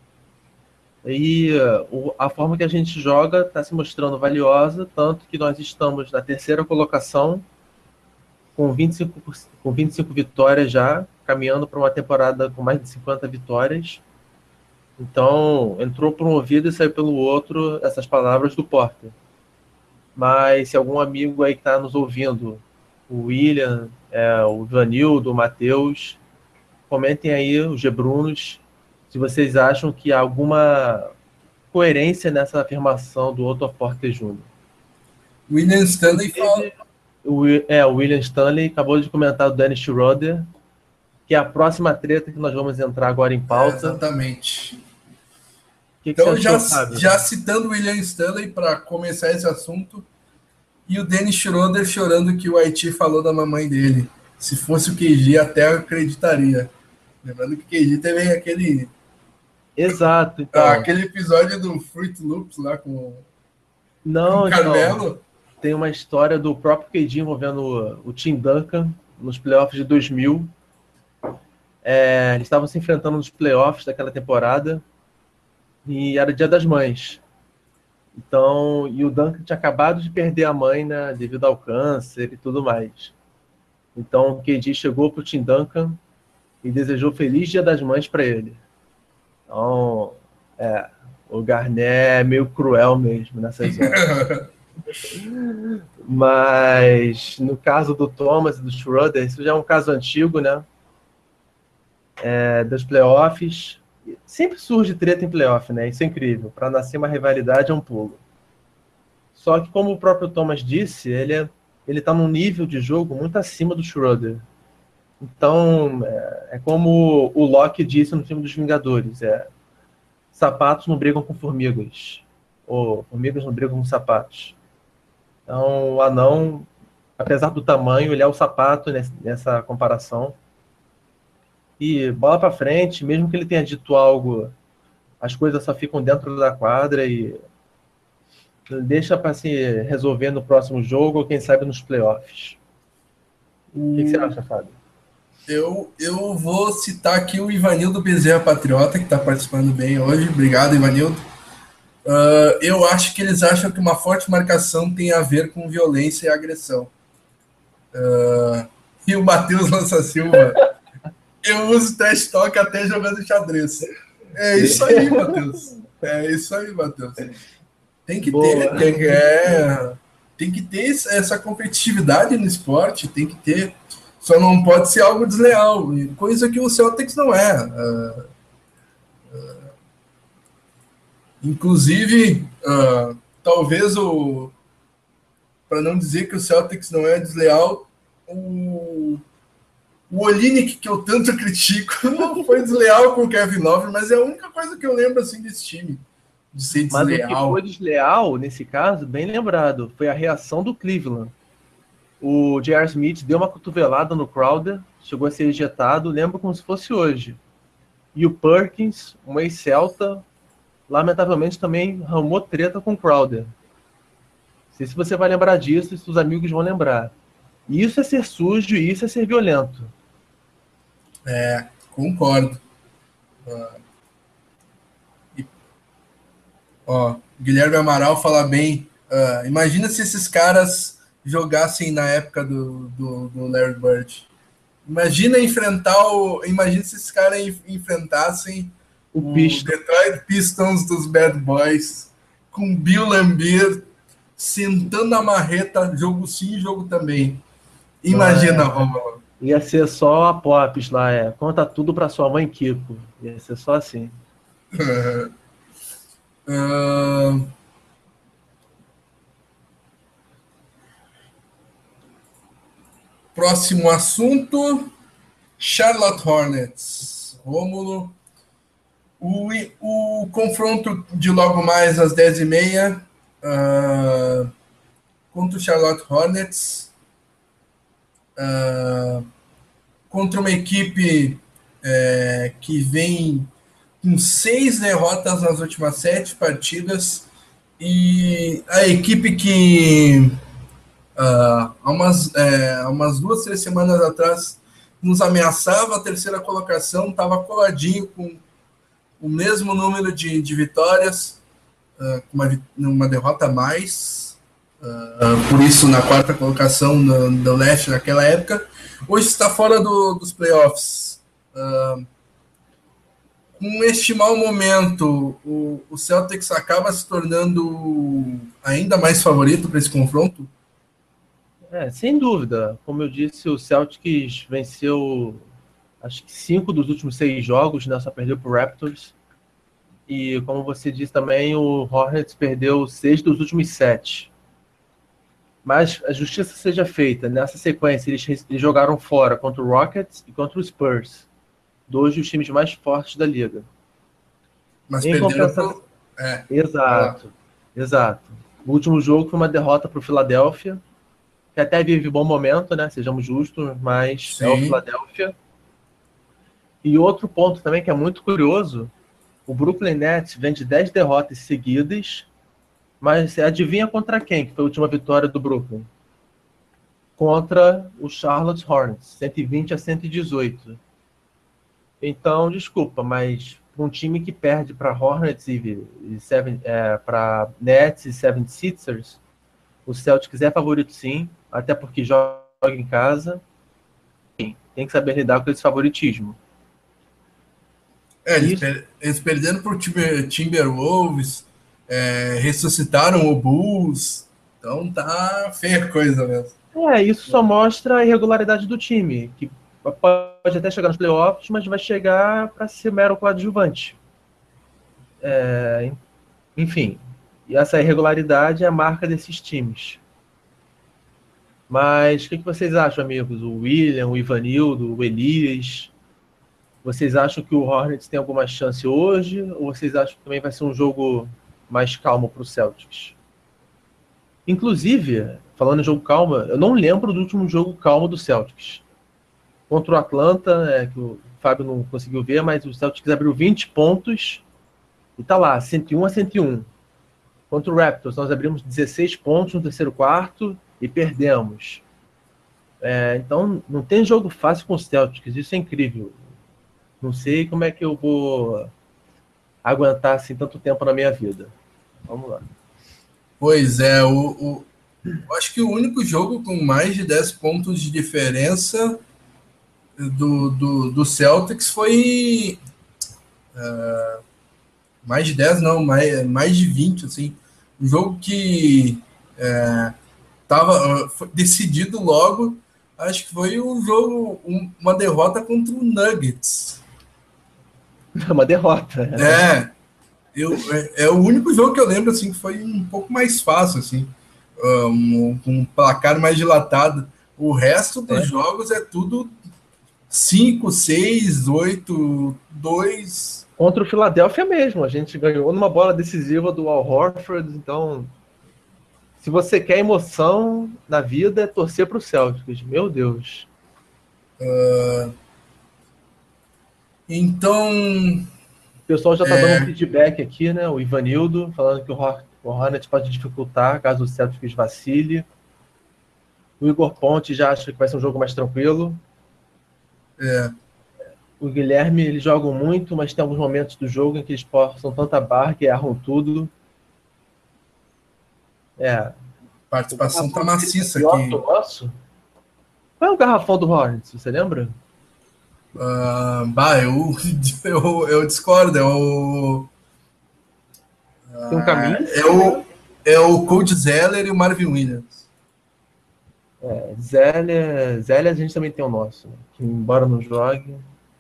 E a forma que a gente joga está se mostrando valiosa, tanto que nós estamos na terceira colocação com 25 vitórias já, caminhando para uma temporada com mais de 50 vitórias. Então, entrou por um ouvido e saiu pelo outro essas palavras do Porter. Mas se algum amigo aí que está nos ouvindo, o William, o Vanildo, o Matheus, comentem aí, os Gebrunos, se vocês acham que há alguma coerência nessa afirmação do Otto Porter Jr. William Stanley fala... O William Stanley acabou de comentar do Dennis Schroeder, que é a próxima treta que nós vamos entrar agora em pauta. Exatamente. Então, já citando o William Stanley para começar esse assunto, e o Dennis Schroeder chorando que o Haiti falou da mamãe dele. Se fosse o KG, até acreditaria. Lembrando que o KG teve aquele... Exato. Então, aquele episódio do Fruit Loops lá com o Carmelo. Então, tem uma história do próprio KD envolvendo o Tim Duncan nos playoffs de 2000. Eles estavam se enfrentando nos playoffs daquela temporada e era Dia das Mães. Então, e o Duncan tinha acabado de perder a mãe, né, devido ao câncer e tudo mais. Então, o KD chegou para o Tim Duncan e desejou Feliz Dia das Mães para ele. Então, o Garnett é meio cruel mesmo nessas horas. Mas no caso do Thomas e do Schroeder, isso já é um caso antigo, né? Dos playoffs. Sempre surge treta em playoff, né? Isso é incrível. Para nascer uma rivalidade é um pulo. Só que, como o próprio Thomas disse, ele tá num nível de jogo muito acima do Schroeder. Então, como o Loki disse no filme dos Vingadores, sapatos não brigam com formigas, ou formigas não brigam com sapatos. Então, o anão, apesar do tamanho, ele é o sapato nessa comparação. E bola para frente, mesmo que ele tenha dito algo, as coisas só ficam dentro da quadra e deixa para se resolver no próximo jogo ou quem sabe nos playoffs. O que você acha, Fábio? Eu vou citar aqui o Ivanildo Bezerra Patriota, que está participando bem hoje. Obrigado, Ivanildo. Eu acho que eles acham que uma forte marcação tem a ver com violência e agressão. E o Matheus Lança Silva, eu uso trash talk até jogando xadrez. É isso aí, Matheus. Tem que ter essa competitividade no esporte, tem que ter. Só não pode ser algo desleal, coisa que o Celtics não é. Inclusive, talvez para não dizer que o Celtics não é desleal, o Olynyk, que eu tanto critico, não foi desleal com o Kevin Love, mas é a única coisa que eu lembro assim desse time, de ser Mas o que foi desleal. desleal, nesse caso, bem lembrado, foi a reação do Cleveland. O J.R. Smith deu uma cotovelada no Crowder, chegou a ser ejetado, lembro como se fosse hoje. E o Perkins, um ex-Celta, lamentavelmente também arrumou treta com o Crowder. Não sei se você vai lembrar disso, se os amigos vão lembrar. Isso é ser sujo e isso é ser violento. Concordo. Guilherme Amaral fala bem. Imagina se esses caras jogassem na época do Larry Bird. Imagina se esses caras enfrentassem o Detroit Pistons dos Bad Boys, com Bill Laimbeer sentando a marreta, jogo sim, jogo também. Imagina, Romulo. Ia ser só a Pops lá, conta tudo pra sua mãe, Kiko. Ia ser só assim. Próximo assunto, Charlotte Hornets. Rômulo, o confronto de logo mais às 10h30 contra o Charlotte Hornets, contra uma equipe que vem com 6 derrotas nas últimas 7 partidas, e a equipe que há umas 2, 3 semanas atrás nos ameaçava a terceira colocação, estava coladinho com o mesmo número de vitórias, com uma derrota a mais, por isso na 4ª colocação do leste naquela época, hoje está fora dos playoffs. Com este mau momento, o Celtics acaba se tornando ainda mais favorito para esse confronto? Sem dúvida. Como eu disse, o Celtics venceu acho que 5 dos últimos 6 jogos, né? Só perdeu para o Raptors. E como você disse também, o Hornets perdeu 6 dos últimos 7. Mas a justiça seja feita. Nessa sequência, eles jogaram fora contra o Rockets e contra o Spurs. 2 dos times mais fortes da liga. Mas perderam pro... Exato. O último jogo foi uma derrota para o Philadelphia, que até vive bom momento, né? Sejamos justos, mas sim, é o Philadelphia. E outro ponto também que é muito curioso, o Brooklyn Nets vem de 10 derrotas seguidas, mas adivinha contra quem que foi a última vitória do Brooklyn? Contra o Charlotte Hornets, 120-118. Então, desculpa, mas um time que perde para Hornets para Nets e 76ers, o Celtics é favorito sim, até porque joga em casa. Tem que saber lidar com esse favoritismo. Eles perderam para o Timberwolves, ressuscitaram o Bulls, então tá feia a coisa mesmo. Isso só mostra a irregularidade do time, que pode até chegar nos playoffs, mas vai chegar para ser mero coadjuvante. Enfim, e essa irregularidade é a marca desses times. Mas o que vocês acham, amigos? O William, o Ivanildo, o Elias, vocês acham que o Hornets tem alguma chance hoje? Ou vocês acham que também vai ser um jogo mais calmo para o Celtics? Inclusive, falando em jogo calmo, eu não lembro do último jogo calmo do Celtics. Contra o Atlanta, que o Fábio não conseguiu ver, mas o Celtics abriu 20 pontos e tá lá, 101-101. Contra o Raptors, nós abrimos 16 pontos no terceiro quarto e perdemos. Então, não tem jogo fácil com os Celtics, isso é incrível. Não sei como é que eu vou aguentar assim tanto tempo na minha vida. Vamos lá. Pois é, eu acho que o único jogo com mais de 10 pontos de diferença do Celtics foi mais de 10, não, mais de 20, assim. Um jogo que foi decidido logo, acho que foi um jogo, uma derrota contra o Nuggets. Uma derrota. É o único jogo que eu lembro assim, que foi um pouco mais fácil, assim, com um placar mais dilatado. O resto dos jogos é tudo 5, 6, 8, 2. Contra o Philadelphia mesmo, a gente ganhou numa bola decisiva do Al Horford, então se você quer emoção na vida, é torcer para o Celtics, meu Deus. Então, O pessoal já está dando um feedback aqui, né? O Ivanildo falando que o Hornets pode dificultar caso o Celtics vacile. O Igor Ponte já acha que vai ser um jogo mais tranquilo. O Guilherme, eles jogam muito, mas tem alguns momentos do jogo em que eles forçam tanta barra que erram tudo. A participação tá maciça aqui. aqui. Qual é o garrafão do Hornets, você lembra? Eu discordo. Tem um caminho? É o Cody Zeller e o Marvin Williams. Zeller a gente também tem o nosso, né? Que embora não jogue.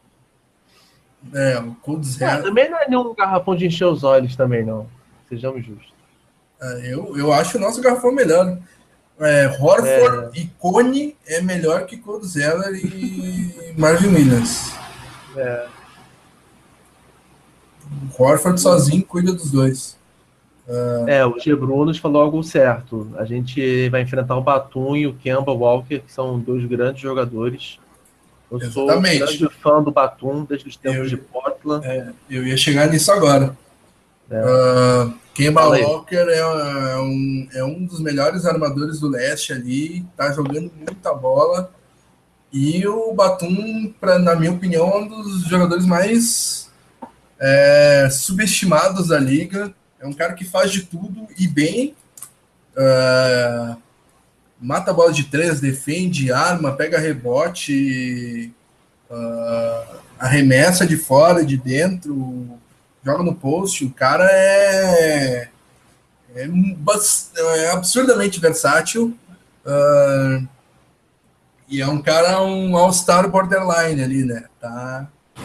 O Cody Zeller. Também não é nenhum garrafão de encher os olhos também, não. Sejamos justos. Eu acho o nosso garrafão melhor. Horford e Cone é melhor que Cody Zeller e Marvin Williams. O Horford sozinho cuida dos dois. O G. Brunos falou algo certo. A gente vai enfrentar o Batum e o Kemba Walker, que são dois grandes jogadores. Eu sou um grande fã do Batum desde os tempos de Portland. Eu ia chegar nisso agora. Kemba Walker é um dos melhores armadores do leste ali, tá jogando muita bola. E o Batum, na minha opinião, é um dos jogadores mais subestimados da liga. É um cara que faz de tudo e bem. Mata a bola de 3, defende, arma, pega rebote, arremessa de fora, de dentro, joga no post. O cara é absurdamente versátil. E é um cara, um all-star borderline ali, né? Tá.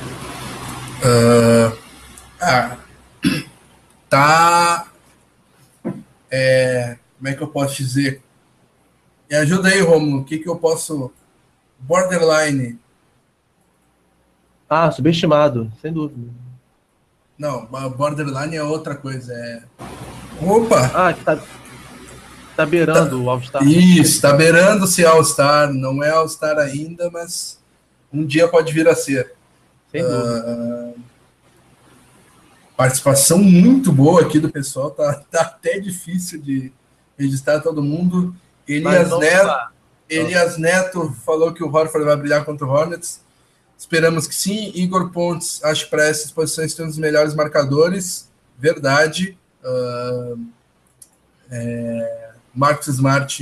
Como é que eu posso dizer? Me ajuda aí, Romulo. O que eu posso... Borderline. Subestimado, sem dúvida. Não, borderline é outra coisa. Opa! Tá beirando o All-Star. Isso, tá beirando ser All-Star. Não é All-Star ainda, mas um dia pode vir a ser. Sem dúvida. Participação muito boa aqui do pessoal. Tá até difícil de registrar todo mundo. Elias Neto falou que o Horford vai brilhar contra o Hornets. Esperamos que sim. Igor Pontes, acho que para essas posições tem um dos melhores marcadores. Verdade. Marcos Smart.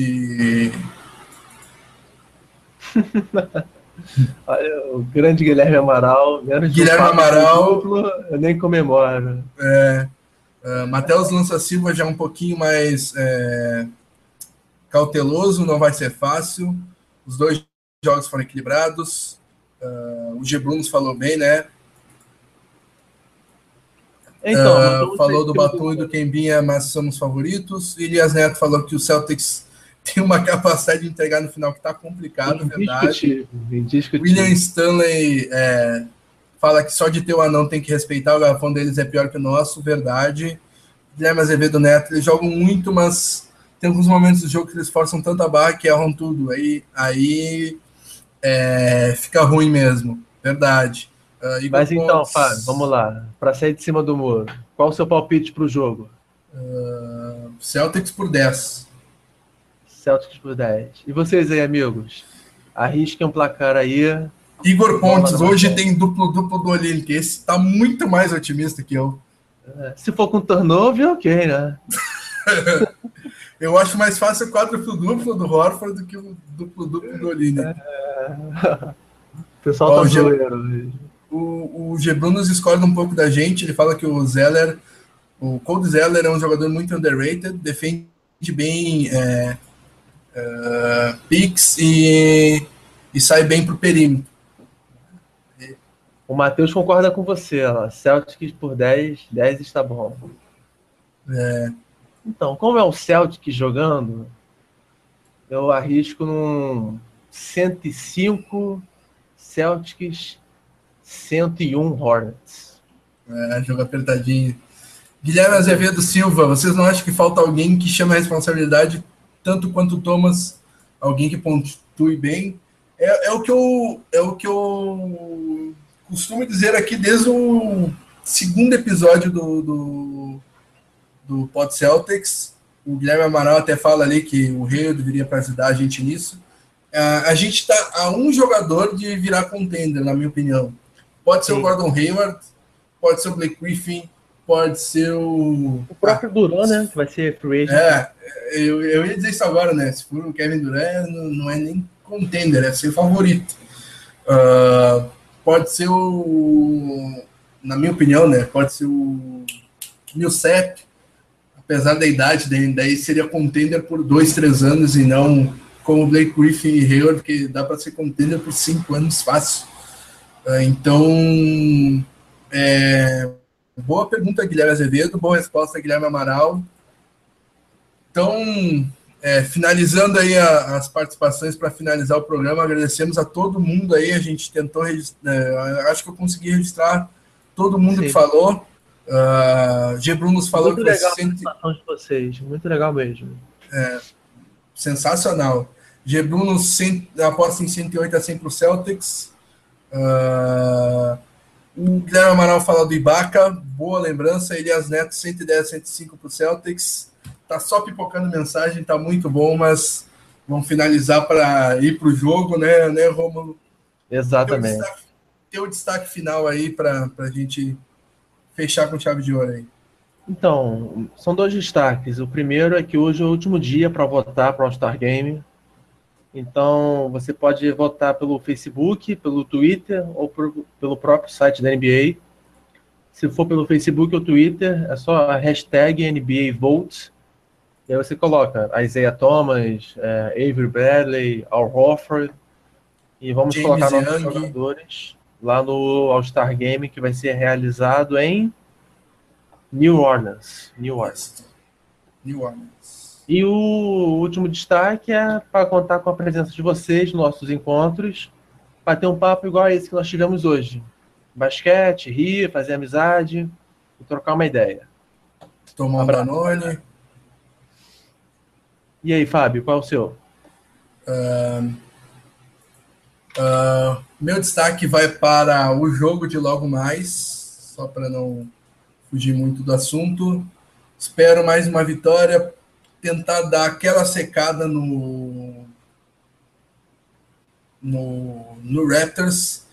O grande Guilherme Amaral. Guilherme Amaral. Duplo, eu nem comemoro. Matheus Lança Silva já um pouquinho mais cauteloso, não vai ser fácil. Os dois jogos foram equilibrados. O G. Brunos falou bem, né? Então, falou do Batum e do Kembinha, mas somos favoritos. Elias Neto falou que o Celtics tem uma capacidade de entregar no final que está complicado, verdade. William Stanley fala que só de ter o anão tem que respeitar, o garrafão deles é pior que o nosso, verdade. Guilherme Azevedo Neto, eles jogam muito, mas tem alguns momentos do jogo que eles forçam tanta barra que erram tudo. Aí fica ruim mesmo, verdade. Mas então, Fábio, vamos lá. Para sair de cima do muro, qual o seu palpite para o jogo? Celtics por 10. Celtics por 10. E vocês aí, amigos? Arrisquem um placar aí. Igor Pontes, hoje tem duplo do Olímpico. Esse tá muito mais otimista que eu. Se for com turnover, ok, né? Eu acho mais fácil o quádruplo-duplo do Horford do que o duplo-duplo do Olímpico. O pessoal tá zoeiro. O G. Brunos discorda um pouco da gente. Ele fala que o Cody Zeller é um jogador muito underrated, defende bem picks e sai bem pro perímetro. O Matheus concorda com você, ó. Celtics por 10, 10 está bom. Então, como é o Celtics jogando, eu arrisco num 105 Celtics, 101 Hornets. Jogo apertadinho. Guilherme Azevedo Silva, vocês não acham que falta alguém que chame a responsabilidade tanto quanto o Thomas, alguém que pontue bem? É o que eu costumo dizer aqui desde o segundo episódio do Pod Celtics. O Guilherme Amaral até fala ali que o Rei deveria ajudar a gente nisso. A gente está a um jogador de virar contender, na minha opinião. Pode ser o Gordon Hayward, pode ser o Blake Griffin, pode ser o próprio Durant, né? Que vai ser free agent. Eu ia dizer isso agora, né? Se for o Kevin Durant, não é nem contender, é ser favorito. Pode ser na minha opinião, né? Pode ser o Millsap, apesar da idade, daí seria contender por 2, 3 anos e não como o Blake Griffin e Hayward, que dá para ser contender por 5 anos fácil. Então, boa pergunta, Guilherme Azevedo, boa resposta, Guilherme Amaral. Então, finalizando aí as participações para finalizar o programa, agradecemos a todo mundo aí, a gente tentou acho que eu consegui registrar todo mundo que falou. G. Bruno nos falou muito que legal a participação de vocês, muito legal mesmo. Sensacional. G. Bruno aposta em 108 a 100 para o Celtics. O Guilherme Amaral fala do Ibaka, boa lembrança. Elias Neto, 110 a 105 para o Celtics. Tá só pipocando mensagem, tá muito bom, mas vamos finalizar para ir para o jogo, né, Rômulo? Exatamente. Tem o destaque final aí para a gente fechar com chave de ouro aí. Então, são 2 destaques. O primeiro é que hoje é o último dia para votar para o All-Star Game. Então, você pode votar pelo Facebook, pelo Twitter ou pelo próprio site da NBA. Se for pelo Facebook ou Twitter, é só a hashtag NBA Vote. E aí você coloca Isaiah Thomas, Avery Bradley, Al Horford. E vamos James colocar nossos Young. jogadores lá no All-Star Game, que vai ser realizado em New Orleans. E o último destaque é para contar com a presença de vocês nos nossos encontros, para ter um papo igual a esse que nós tivemos hoje. Basquete, rir, fazer amizade e trocar uma ideia. Tomar um Danone. E aí, Fábio, qual é o seu? Meu destaque vai para o jogo de logo mais, só para não fugir muito do assunto. Espero mais uma vitória, tentar dar aquela secada no Raptors.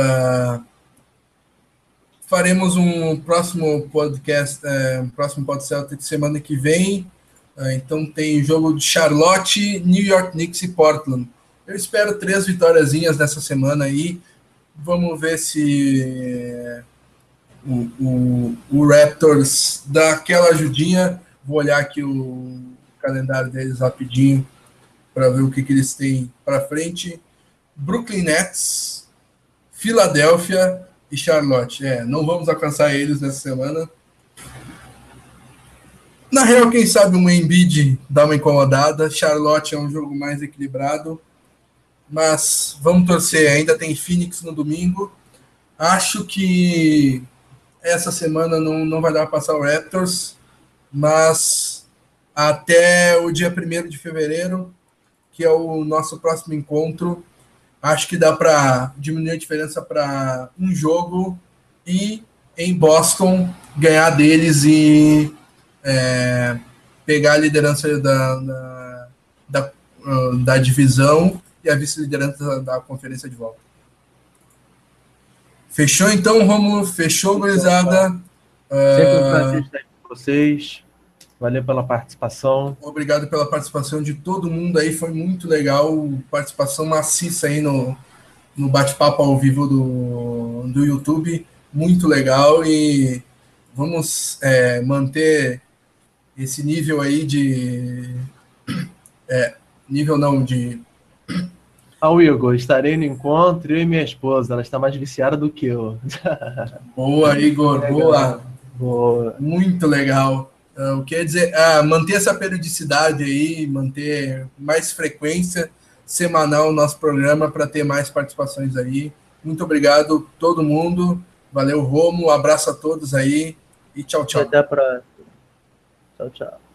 Faremos um próximo podcast, próximo podcast de semana que vem. Então tem jogo de Charlotte, New York Knicks e Portland. Eu espero 3 vitóriazinhas nessa semana aí. Vamos ver se o Raptors dá aquela ajudinha. Vou olhar aqui o calendário deles rapidinho para ver o que eles têm para frente. Brooklyn Nets, Filadélfia e Charlotte. Não vamos alcançar eles nessa semana. Na real, quem sabe um Embiid dá uma incomodada. Charlotte é um jogo mais equilibrado. Mas vamos torcer. Ainda tem Phoenix no domingo. Acho que essa semana não vai dar para passar o Raptors. Mas até o dia 1º de fevereiro, que é o nosso próximo encontro, acho que dá para diminuir a diferença para um jogo e em Boston ganhar deles e pegar a liderança da divisão e a vice-liderança da conferência de volta. Fechou então, Romulo? Fechou, gurizada? Sempre um prazer estar com vocês. Valeu pela participação. Obrigado pela participação de todo mundo aí, foi muito legal. Participação maciça aí no bate-papo ao vivo do YouTube. Muito legal e vamos manter esse nível aí de Ao Igor, estarei no encontro, eu e minha esposa. Ela está mais viciada do que eu. Boa, Igor, boa. Legal. Boa. Muito legal. Quer dizer, manter essa periodicidade aí, manter mais frequência semanal o nosso programa para ter mais participações aí. Muito obrigado, todo mundo. Valeu, Romo. Um abraço a todos aí e tchau, E tchau. até a próxima. Tchau, tchau.